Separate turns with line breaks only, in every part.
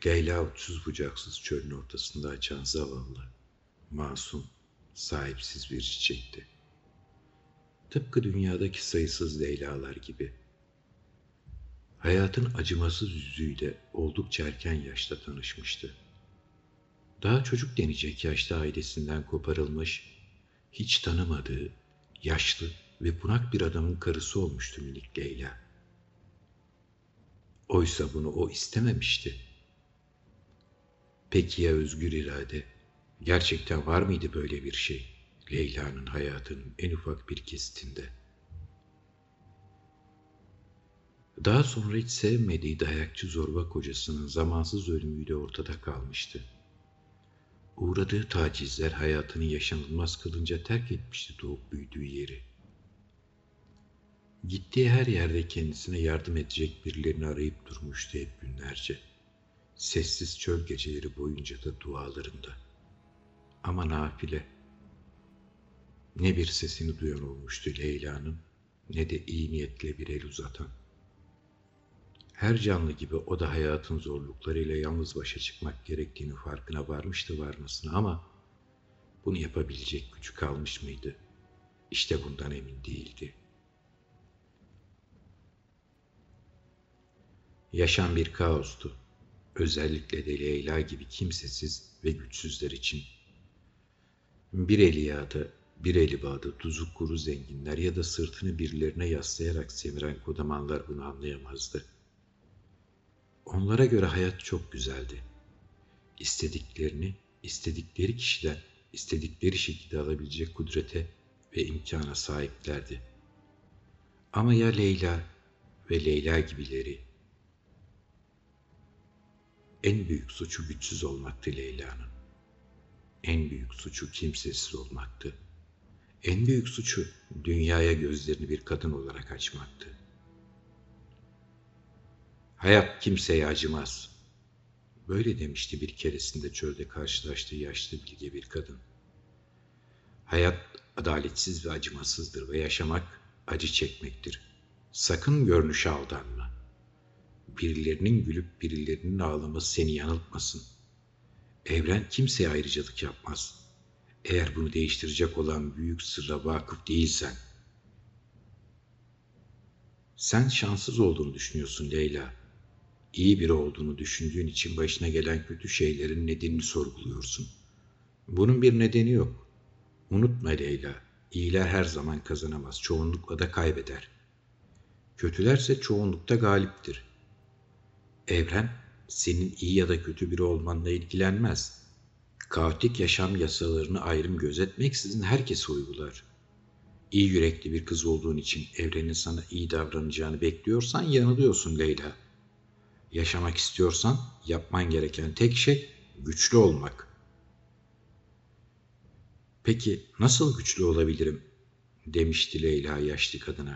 Leyla uçsuz bucaksız çölün ortasında açan zavallı, masum, sahipsiz bir çiçekti. Tıpkı dünyadaki sayısız Leyla'lar gibi. Hayatın acımasız yüzüyle oldukça erken yaşta tanışmıştı. Daha çocuk denecek yaşta ailesinden koparılmış, hiç tanımadığı, yaşlı ve bunak bir adamın karısı olmuştu minik Leyla. Oysa bunu o istememişti. Peki ya özgür irade? Gerçekten var mıydı böyle bir şey? Leyla'nın hayatının en ufak bir kesitinde. Daha sonra hiç sevmediği dayakçı zorba kocasının zamansız ölümüyle ortada kalmıştı. Uğradığı tacizler hayatını yaşanılmaz kılınca terk etmişti doğup büyüdüğü yeri. Gittiği her yerde kendisine yardım edecek birilerini arayıp durmuştu hep günlerce. Sessiz çöl geceleri boyunca da dualarında. Ama nafile. Ne bir sesini duyan olmuştu Leyla'nın, ne de iyi niyetle bir el uzatan. Her canlı gibi o da hayatın zorluklarıyla yalnız başa çıkmak gerektiğini farkına varmıştı varmasına ama bunu yapabilecek gücü kalmış mıydı? İşte bundan emin değildi. Yaşam bir kaostu. Özellikle de Leyla gibi kimsesiz ve güçsüzler için. Bir eli yağda, bir eli bağda tuzuk kuru zenginler ya da sırtını birilerine yaslayarak semiren kodamanlar bunu anlayamazdı. Onlara göre hayat çok güzeldi. İstediklerini, istedikleri kişiden, istedikleri şekilde alabilecek kudrete ve imkana sahiplerdi. Ama ya Leyla ve Leyla gibileri? En büyük suçu güçsüz olmaktı Leyla'nın. En büyük suçu kimsesiz olmaktı. En büyük suçu dünyaya gözlerini bir kadın olarak açmaktı. Hayat kimseye acımaz. Böyle demişti bir keresinde çölde karşılaştığı yaşlı bilge bir kadın. Hayat adaletsiz ve acımasızdır ve yaşamak acı çekmektir. Sakın görünüşe aldanma. Birilerinin gülüp birilerinin ağlaması seni yanıltmasın. Evren kimseye ayrıcalık yapmaz. Eğer bunu değiştirecek olan büyük sırra vakıf değilsen. Sen şanssız olduğunu düşünüyorsun Leyla. İyi biri olduğunu düşündüğün için başına gelen kötü şeylerin nedenini sorguluyorsun. Bunun bir nedeni yok. Unutma Leyla, iyiler her zaman kazanamaz, çoğunlukla da kaybeder. Kötülerse çoğunlukta galiptir. Evren, senin iyi ya da kötü biri olmanla ilgilenmez. Kaotik yaşam yasalarını ayrım gözetmeksizin herkese uygular. İyi yürekli bir kız olduğun için evrenin sana iyi davranacağını bekliyorsan yanılıyorsun Leyla. Yaşamak istiyorsan yapman gereken tek şey güçlü olmak. Peki nasıl güçlü olabilirim? Demişti Leyla yaşlı kadına.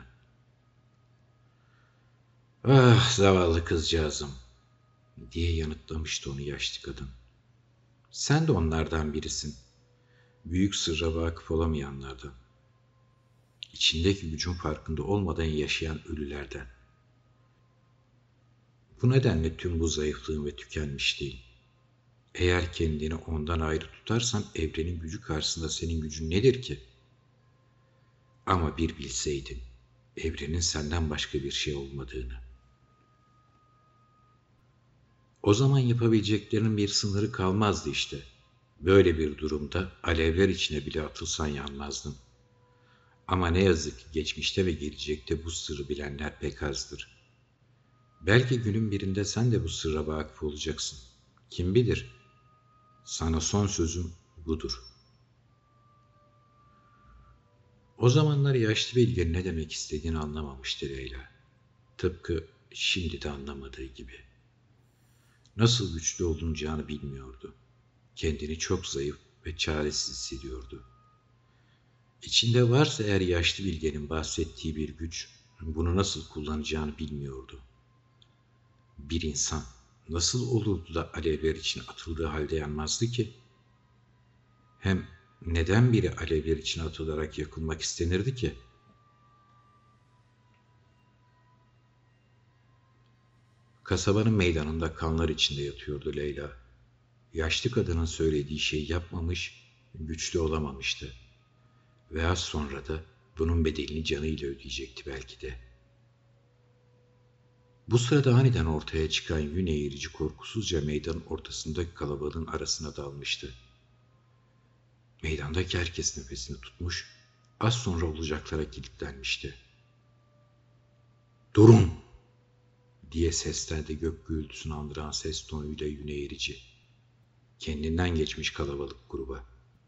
Ah zavallı kızcağızım diye yanıtlamıştı onu yaşlı kadın. Sen de onlardan birisin. Büyük sırra vakıf olamayanlardan. İçindeki gücün farkında olmadan yaşayan ölülerden. Bu nedenle tüm bu zayıflığın ve tükenmişliğin. Eğer kendini ondan ayrı tutarsan evrenin gücü karşısında senin gücün nedir ki? Ama bir bilseydin evrenin senden başka bir şey olmadığını. O zaman yapabileceklerinin bir sınırı kalmazdı işte. Böyle bir durumda alevler içine bile atılsan yanmazdın. Ama ne yazık ki geçmişte ve gelecekte bu sırrı bilenler pek azdır. Belki günün birinde sen de bu sırra vakıf olacaksın. Kim bilir? Sana son sözüm budur. O zamanlar yaşlı bilgenin ne demek istediğini anlamamıştı Leyla. Tıpkı şimdi de anlamadığı gibi. Nasıl güçlü olunacağını bilmiyordu. Kendini çok zayıf ve çaresiz hissediyordu. İçinde varsa eğer yaşlı bilgenin bahsettiği bir güç, bunu nasıl kullanacağını bilmiyordu. Bir insan nasıl olurdu da alevler için atıldığı halde yanmazdı ki? Hem neden biri alevler için atılarak yakılmak istenirdi ki? Kasabanın meydanında kanlar içinde yatıyordu Leyla. Yaşlı kadının söylediği şeyi yapmamış, güçlü olamamıştı. Ve az sonra da bunun bedelini canıyla ödeyecekti belki de. Bu sırada aniden ortaya çıkan yün eğirici korkusuzca meydanın ortasındaki kalabalığın arasına dalmıştı. Meydandaki herkes nefesini tutmuş, az sonra olacaklara kilitlenmişti. "Durun!" diye seslendi gök gürültüsünü andıran ses tonuyla yün eğirici. Kendinden geçmiş kalabalık gruba.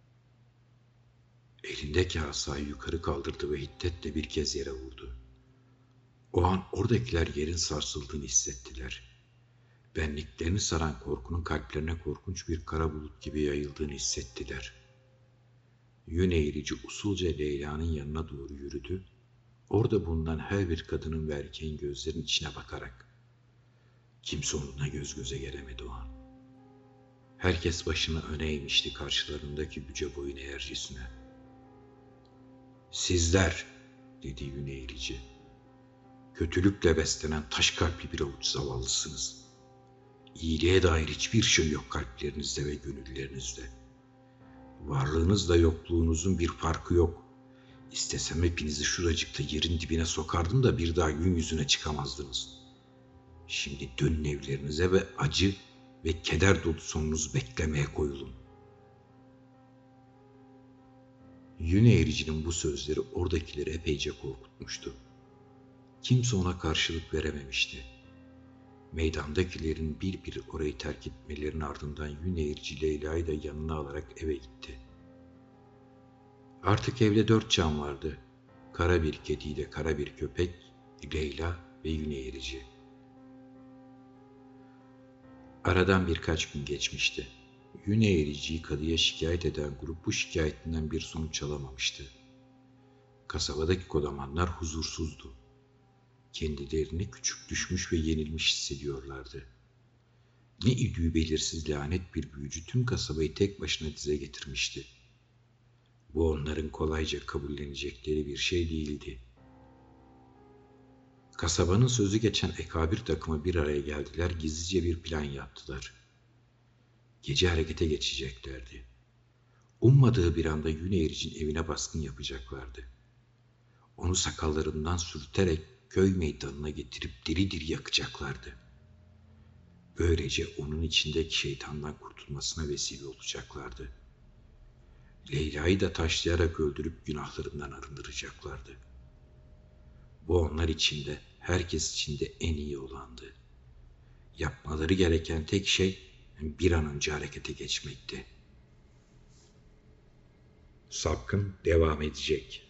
Elindeki asayı yukarı kaldırdı ve hiddetle bir kez yere vurdu. O an oradakiler yerin sarsıldığını hissettiler. Benliklerini saran korkunun kalplerine korkunç bir kara bulut gibi yayıldığını hissettiler. Yün eğirici usulca Leyla'nın yanına doğru yürüdü. Orada bulunan her bir kadının ve erkeğin gözlerinin içine bakarak. Kimse onunla göz göze gelemedi o an. Herkes başını öne eğmişti karşılarındaki güce boyun eğercesine. "Sizler," dedi yün eğirici, "kötülükle beslenen taş kalpli bir avuç zavallısınız. İyiliğe dair hiçbir şey yok kalplerinizde ve gönüllerinizde. Varlığınızla yokluğunuzun bir farkı yok. İstesem hepinizi şuracıkta yerin dibine sokardım da bir daha gün yüzüne çıkamazdınız. Şimdi dönün evlerinize ve acı ve keder dolu sonunuzu beklemeye koyulun." Yün eğricinin bu sözleri oradakileri epeyce korkutmuştu. Kimse ona karşılık verememişti. Meydandakilerin bir bir orayı terk etmelerinin ardından yün eğrici Leyla'yı da yanına alarak eve gitti. Artık evde 4 can vardı. Kara bir kediyle kara bir köpek, Leyla ve yün eğrici. Aradan birkaç gün geçmişti. Yün eğriciyi kadıya şikayet eden grup bu şikayetinden bir sonuç alamamıştı. Kasabadaki kodamanlar huzursuzdu. Kendilerini küçük düşmüş ve yenilmiş hissediyorlardı. Ne idüğü belirsiz lanet bir büyücü tüm kasabayı tek başına dize getirmişti. Bu onların kolayca kabullenecekleri bir şey değildi. Kasabanın sözü geçen ekabir takımı bir araya geldiler, gizlice bir plan yaptılar. Gece harekete geçeceklerdi. Ummadığı bir anda yün eğricinin evine baskın yapacaklardı. Onu sakallarından sürterek köy meydanına getirip diri diri yakacaklardı. Böylece onun içindeki şeytandan kurtulmasına vesile olacaklardı. Leyla'yı da taşlayarak öldürüp günahlarından arındıracaklardı. Bu onlar için de herkes için de en iyi olandı. Yapmaları gereken tek şey bir an önce harekete geçmekti. Sapkın devam edecek.